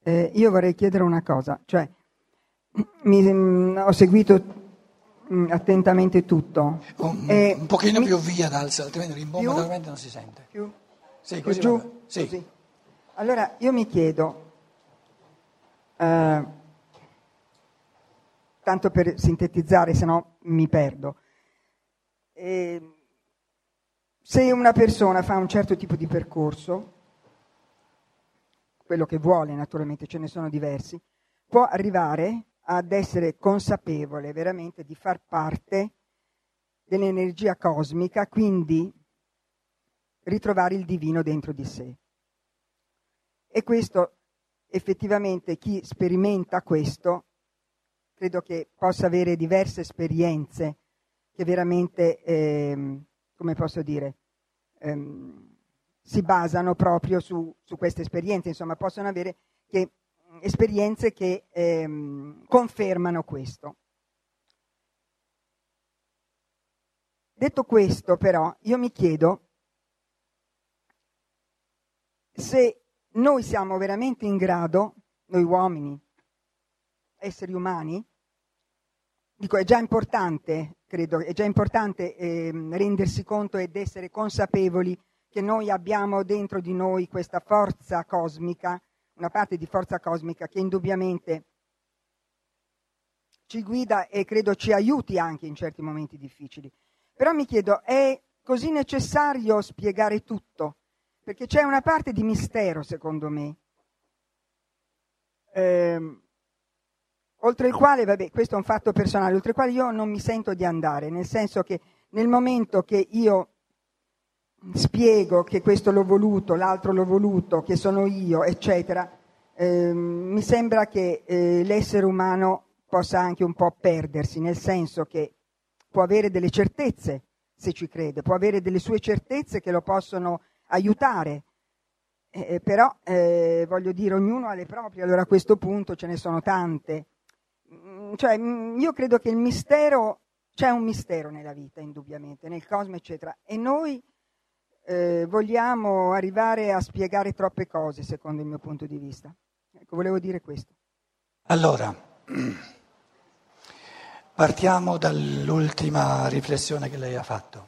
Io vorrei chiedere una cosa, cioè ho seguito attentamente tutto. Un pochino più via d'alza, altrimenti rimbomba talmente non si sente. Più? Sì, Più così giù? va bene. Sì. Così. Allora, io mi chiedo, tanto per sintetizzare, se no mi perdo, se una persona fa un certo tipo di percorso, quello che vuole naturalmente, ce ne sono diversi, può arrivare ad essere consapevole veramente di far parte dell'energia cosmica, quindi ritrovare il divino dentro di sé. E questo, effettivamente, chi sperimenta questo, credo che possa avere diverse esperienze che veramente, come posso dire, si basano proprio su queste esperienze, insomma, possono avere esperienze che confermano questo. Detto questo, però, io mi chiedo se noi siamo veramente in grado, noi uomini, esseri umani, dico, è già importante, credo, è già importante rendersi conto ed essere consapevoli che noi abbiamo dentro di noi questa forza cosmica, una parte di forza cosmica che indubbiamente ci guida e credo ci aiuti anche in certi momenti difficili. Però mi chiedo, è così necessario spiegare tutto? Perché c'è una parte di mistero, secondo me, oltre il quale, vabbè, questo è un fatto personale, oltre il quale io non mi sento di andare, nel senso che nel momento che io spiego che questo l'ho voluto, l'altro l'ho voluto, che sono io, eccetera, mi sembra che l'essere umano possa anche un po' perdersi, nel senso che può avere delle certezze, se ci crede, può avere delle sue certezze che lo possono aiutare, però voglio dire, ognuno ha le proprie, allora a questo punto ce ne sono tante. Cioè, io credo che il mistero, c'è un mistero nella vita, indubbiamente, nel cosmo, eccetera, e noi vogliamo arrivare a spiegare troppe cose, secondo il mio punto di vista. Ecco, volevo dire questo. Allora, partiamo dall'ultima riflessione che lei ha fatto.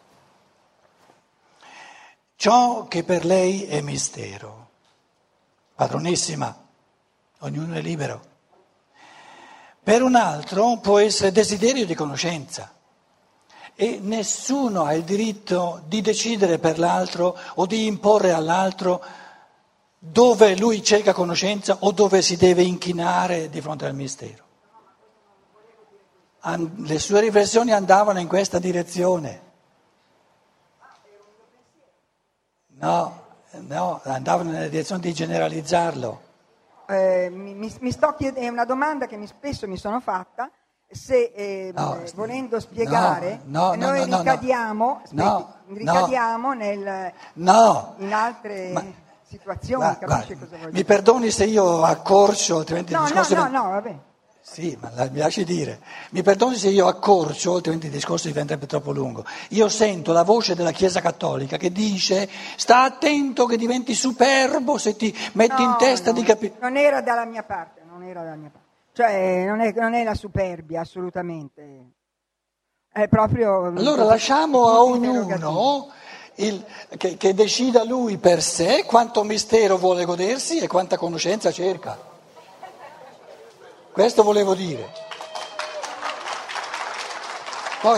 Ciò che per lei è mistero, padronissima, ognuno è libero, per un altro può essere desiderio di conoscenza e nessuno ha il diritto di decidere per l'altro o di imporre all'altro dove lui cerca conoscenza o dove si deve inchinare di fronte al mistero. Le sue riflessioni andavano in questa direzione. No, andavano nella direzione di generalizzarlo. Mi sto chiedendo, è una domanda che spesso mi sono fatta, se volendo spiegare noi ricadiamo in altre situazioni, capisce cosa voglio dire? Mi perdoni se io accorcio, altrimenti il discorso... No, vabbè. Sì, ma mi lasci dire. Mi perdoni se io accorcio, altrimenti il discorso diventerebbe troppo lungo. Io sento la voce della Chiesa Cattolica che dice: sta attento che diventi superbo se ti metti in testa di capire. Non era dalla mia parte. Cioè, non è la superbia, assolutamente. È proprio... Allora lasciamo a ognuno che decida lui per sé quanto mistero vuole godersi e quanta conoscenza cerca. Questo volevo dire. Poi,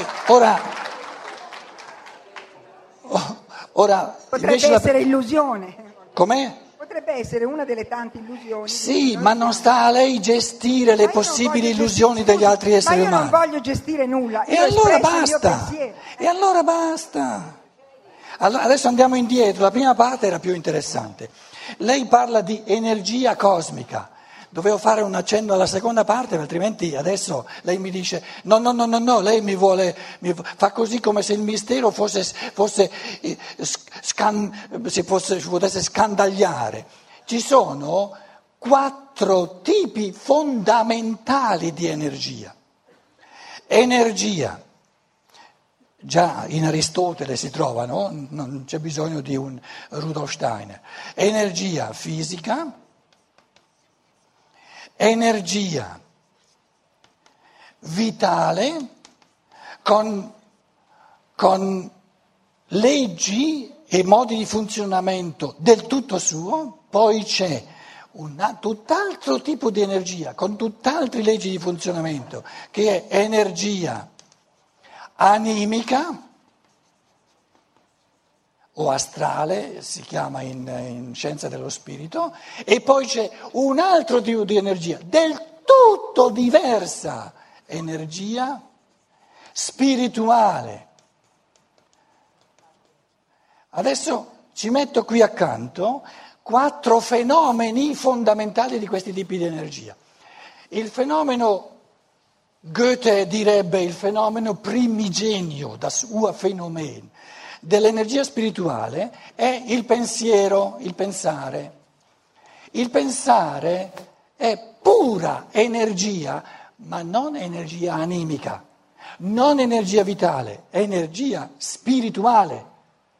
ora potrebbe essere illusione. Com'è? Potrebbe essere una delle tante illusioni. Sì, ma non sta a lei gestire le possibili illusioni degli altri esseri umani. Ma io non voglio gestire nulla. E allora basta. E allora basta. Allora, adesso andiamo indietro. La prima parte era più interessante. Lei parla di energia cosmica. Dovevo fare un accenno alla seconda parte, altrimenti adesso lei mi dice no, lei fa così come se il mistero si potesse scandagliare. Ci sono 4 tipi fondamentali di energia. Energia, già in Aristotele si trova, no? Non c'è bisogno di un Rudolf Steiner. Energia fisica, energia vitale con leggi e modi di funzionamento del tutto suo, poi c'è un tutt'altro tipo di energia, con tutt'altre leggi di funzionamento, che è energia animica o astrale, si chiama in scienza dello spirito, e poi c'è un altro tipo di energia, del tutto diversa, energia spirituale. Adesso ci metto qui accanto 4 fenomeni fondamentali di questi tipi di energia. Il fenomeno, Goethe direbbe il fenomeno primigenio, das Urphänomen, dell'energia spirituale è il pensiero, il pensare. Il pensare è pura energia, ma non energia animica, non energia vitale, è energia spirituale.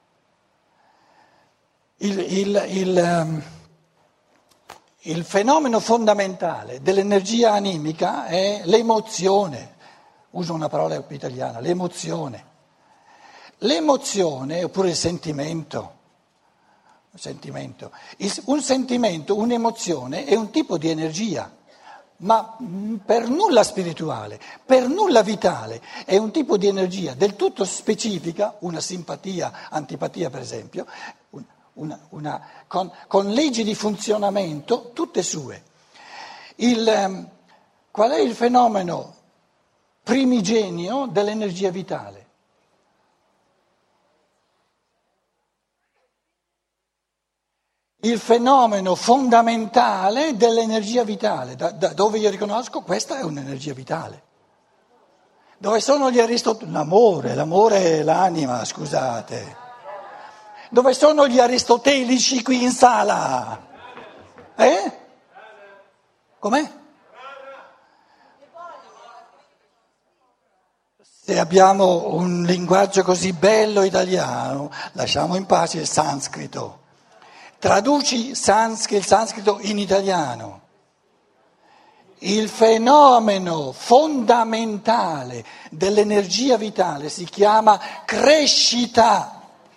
Il fenomeno fondamentale dell'energia animica è l'emozione, uso una parola più italiana, l'emozione. L'emozione, oppure il sentimento, un sentimento, un'emozione è un tipo di energia, ma per nulla spirituale, per nulla vitale, è un tipo di energia del tutto specifica, una simpatia, antipatia per esempio, con leggi di funzionamento tutte sue. Qual è il fenomeno primigenio dell'energia vitale? Il fenomeno fondamentale dell'energia vitale, da dove io riconosco questa è un'energia vitale. Dove sono gli aristotelici? L'amore è l'anima, scusate. Dove sono gli aristotelici qui in sala? Com'è? Se abbiamo un linguaggio così bello italiano, lasciamo in pace il sanscrito. Traduci il sanscrito in italiano. Il fenomeno fondamentale dell'energia vitale si chiama crescita.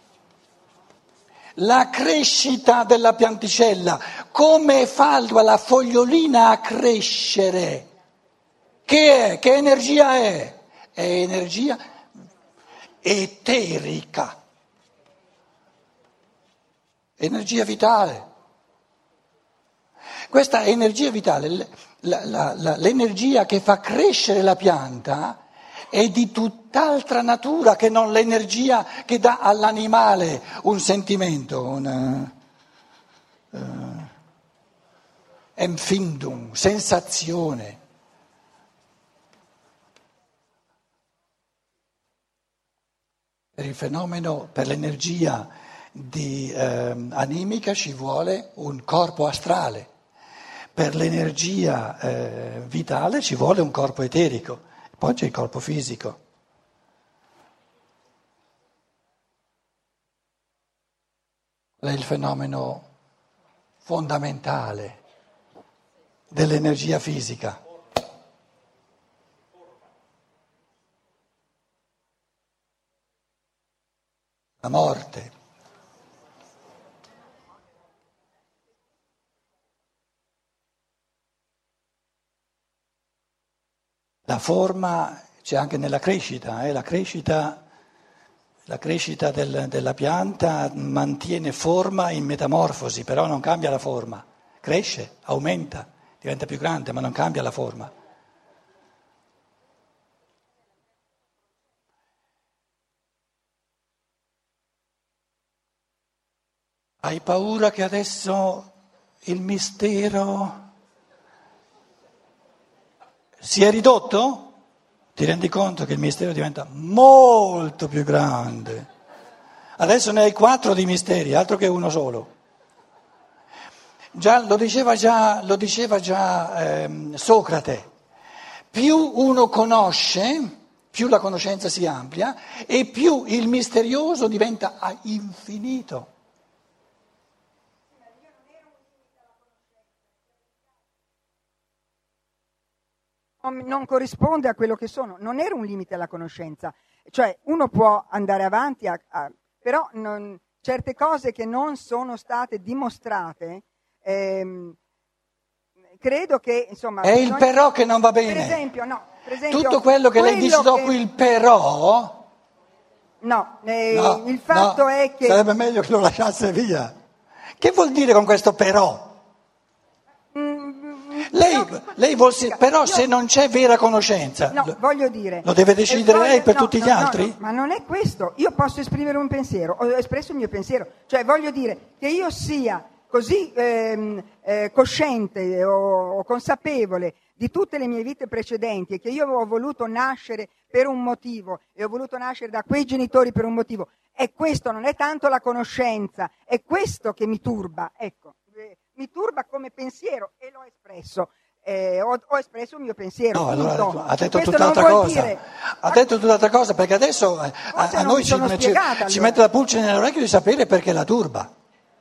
La crescita della pianticella, come fa la fogliolina a crescere? Che è? Che energia è? È energia eterica, energia vitale. Questa energia vitale, l'energia che fa crescere la pianta, è di tutt'altra natura che non l'energia che dà all'animale un sentimento, Empfindung, sensazione. Per il fenomeno, per l'energia animica ci vuole un corpo astrale, per l'energia vitale ci vuole un corpo eterico. Poi c'è il corpo fisico. Qual è il fenomeno fondamentale dell'energia fisica? La morte. La forma c'è anche nella crescita, la crescita della pianta mantiene forma in metamorfosi, però non cambia la forma, cresce, aumenta, diventa più grande, ma non cambia la forma. Hai paura che adesso il mistero si è ridotto? Ti rendi conto che il mistero diventa molto più grande. Adesso ne hai 4 di misteri, altro che uno solo. Lo diceva già Socrate. Più uno conosce, più la conoscenza si amplia e più il misterioso diventa infinito. non corrisponde a quello che sono. Non era un limite alla conoscenza. Cioè, uno può andare avanti, però certe cose che non sono state dimostrate, credo che, insomma... È il però che non va bene. Per esempio, tutto quello che lei dice dopo il però... No, il fatto è che... Sarebbe meglio che lo lasciasse via. Che vuol dire con questo però? Lei vuol però se non c'è vera conoscenza, voglio dire, lo deve decidere lei per tutti gli altri? No, ma non è questo. Io posso esprimere un pensiero, ho espresso il mio pensiero, cioè voglio dire che io sia così cosciente o consapevole di tutte le mie vite precedenti e che io ho voluto nascere per un motivo e ho voluto nascere da quei genitori per un motivo, e questo non è tanto la conoscenza, è questo che mi turba, ecco. Mi turba come pensiero e l'ho espresso. Ho espresso il mio pensiero. No, allora ha detto tutt'altra cosa. Ha detto tutt'altra cosa, perché adesso a noi ci mette la pulce nell'orecchio di sapere perché la turba.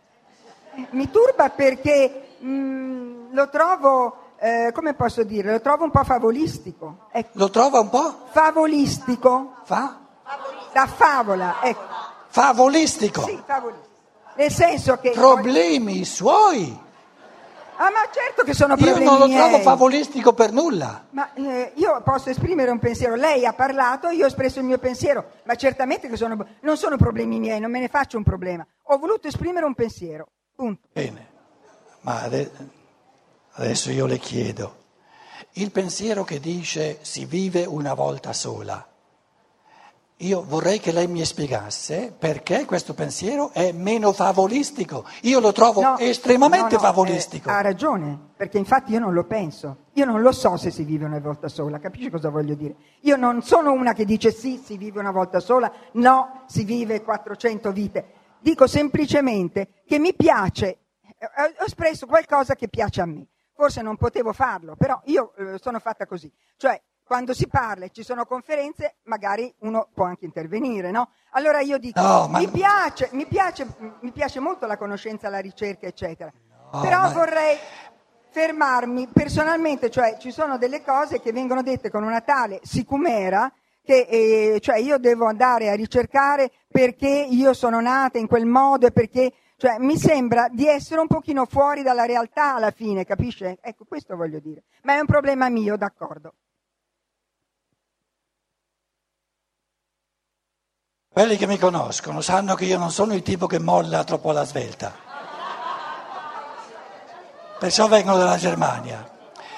Mi turba perché lo trovo, come posso dire, lo trovo un po' favolistico. Ecco. Lo trova un po'? Favolistico. Da favola, ecco. Favolistico? Sì, favolistico. Nel senso che... Problemi suoi. Ah, ma certo che sono problemi miei. Io non lo miei. trovo favolistico per nulla. Ma io posso esprimere un pensiero. Lei ha parlato, io ho espresso il mio pensiero. Ma certamente che non sono problemi miei, non me ne faccio un problema. Ho voluto esprimere un pensiero. Punto. Bene, ma adesso io le chiedo. Il pensiero che dice si vive una volta sola. Io vorrei che lei mi spiegasse perché questo pensiero è meno favolistico. Io lo trovo estremamente favolistico. Ha ragione, perché infatti io non lo penso. Io non lo so se si vive una volta sola, capisci cosa voglio dire? Io non sono una che dice sì, si vive una volta sola, no, si vive 400 vite. Dico semplicemente che mi piace, ho espresso qualcosa che piace a me. Forse non potevo farlo, però io sono fatta così. Cioè, quando si parla e ci sono conferenze, magari uno può anche intervenire, no? Allora io dico, mi piace molto la conoscenza, la ricerca, eccetera. Però vorrei fermarmi personalmente, cioè ci sono delle cose che vengono dette con una tale sicumera che cioè io devo andare a ricercare perché io sono nata in quel modo e perché... Cioè, mi sembra di essere un pochino fuori dalla realtà alla fine, capisce? Ecco, questo voglio dire. Ma è un problema mio, d'accordo. Quelli che mi conoscono sanno che io non sono il tipo che molla troppo alla svelta. Perciò vengono dalla Germania.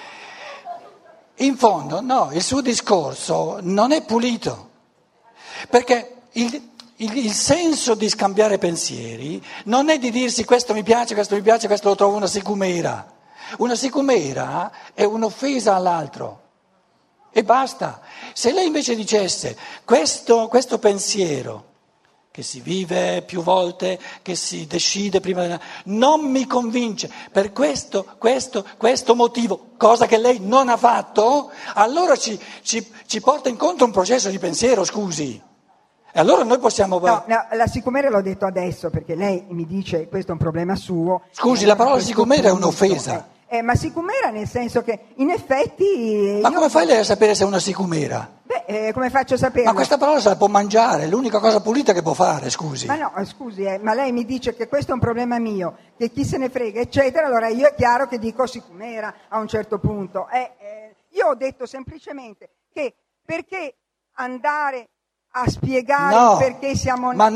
In fondo, no, il suo discorso non è pulito, perché il senso di scambiare pensieri non è di dirsi questo mi piace, questo lo trovo una sicumera. Una sicumera è un'offesa all'altro. E basta. Se lei invece dicesse questo pensiero, che si vive più volte, che si decide prima, non mi convince per questo motivo, cosa che lei non ha fatto, allora ci porta incontro un processo di pensiero, scusi. E allora noi possiamo... No, la sicumera l'ho detto adesso, perché lei mi dice questo è un problema suo. Scusi, la parola sicumera è un'offesa. Ma sicumera nel senso che in effetti... Ma come fai lei a sapere se è una sicumera? Beh, come faccio a sapere? Ma questa parola se la può mangiare, è l'unica cosa pulita che può fare, scusi. Ma no, scusi, ma lei mi dice che questo è un problema mio, che chi se ne frega, eccetera, allora io è chiaro che dico sicumera a un certo punto. Io ho detto semplicemente che perché andare a spiegare perché siamo ma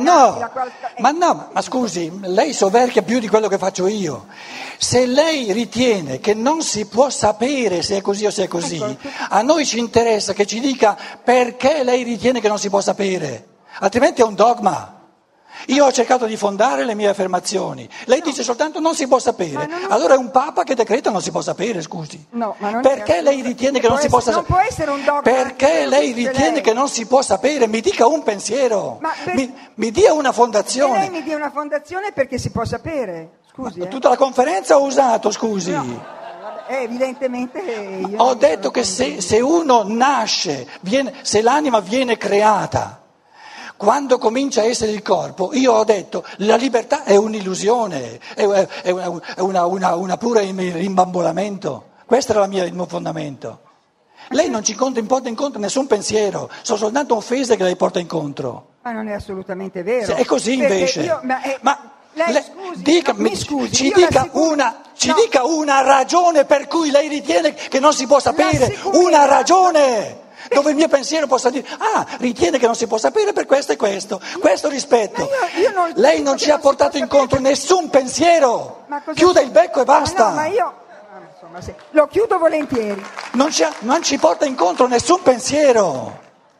scusi, lei soverchia più di quello che faccio io. Se lei ritiene che non si può sapere se è così o se è così, a noi ci interessa che ci dica perché lei ritiene che non si può sapere, altrimenti è un dogma. Io ho cercato di fondare le mie affermazioni, lei dice soltanto non si può sapere, allora è un papa che decreta non si può sapere, scusi. No, ma non perché lei ritiene che non si possa sapere? Non può essere un dogma. Perché lei ritiene che non si può sapere? Mi dica un pensiero, mi dia una fondazione. Lei mi dia una fondazione perché si può sapere, scusi. Tutta la conferenza ho usato, scusi. No. Evidentemente io ho detto che se uno nasce, se l'anima viene creata, quando comincia a essere il corpo, io ho detto la libertà è un'illusione, è una pura rimbambolamento. Questo era il mio fondamento. Lei non ci porta incontro nessun pensiero, sono soltanto offese che lei porta incontro. Ma non è assolutamente vero. È così invece. Lei, scusi, ci dica una ragione per cui lei ritiene che non si può sapere, una ragione dove il mio pensiero possa dire, ritiene che non si può sapere per questo e questo rispetto. Lei non ci ha portato incontro nessun pensiero, chiuda il becco e basta. Ma io, insomma, sì, lo chiudo volentieri. Non ci porta incontro nessun pensiero.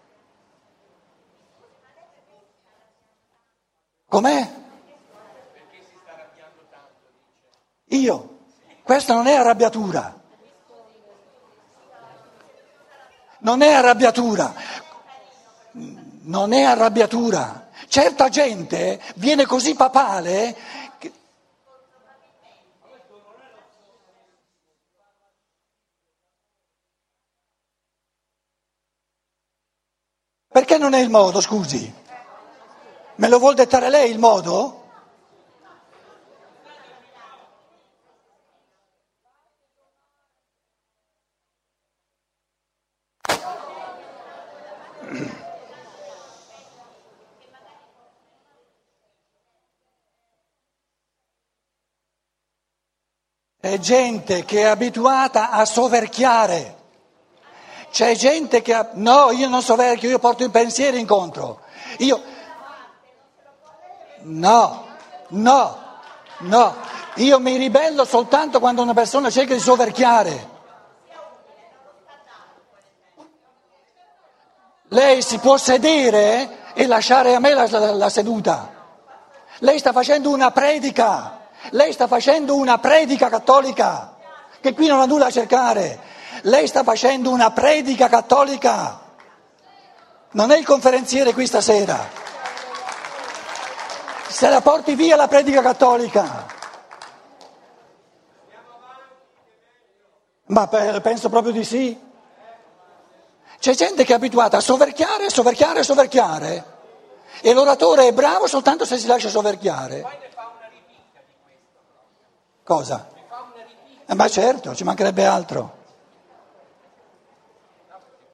Com'è? Io? Questa non è arrabbiatura. Non è arrabbiatura. Certa gente viene così papale che... Perché non è il modo, scusi? Me lo vuol dettare lei il modo? È gente che è abituata a soverchiare. C'è gente che... No, io non soverchio, io porto i pensieri incontro. No. Io mi ribello soltanto quando una persona cerca di soverchiare. Lei si può sedere e lasciare a me la seduta. Lei sta facendo una predica. Lei sta facendo una predica cattolica, che qui non ha nulla a cercare. Lei sta facendo una predica cattolica. Non è il conferenziere qui stasera. Se la porti via la predica cattolica. Ma penso proprio di sì. C'è gente che è abituata a soverchiare, e l'oratore è bravo soltanto se si lascia soverchiare. Cosa? Ma certo, ci mancherebbe altro.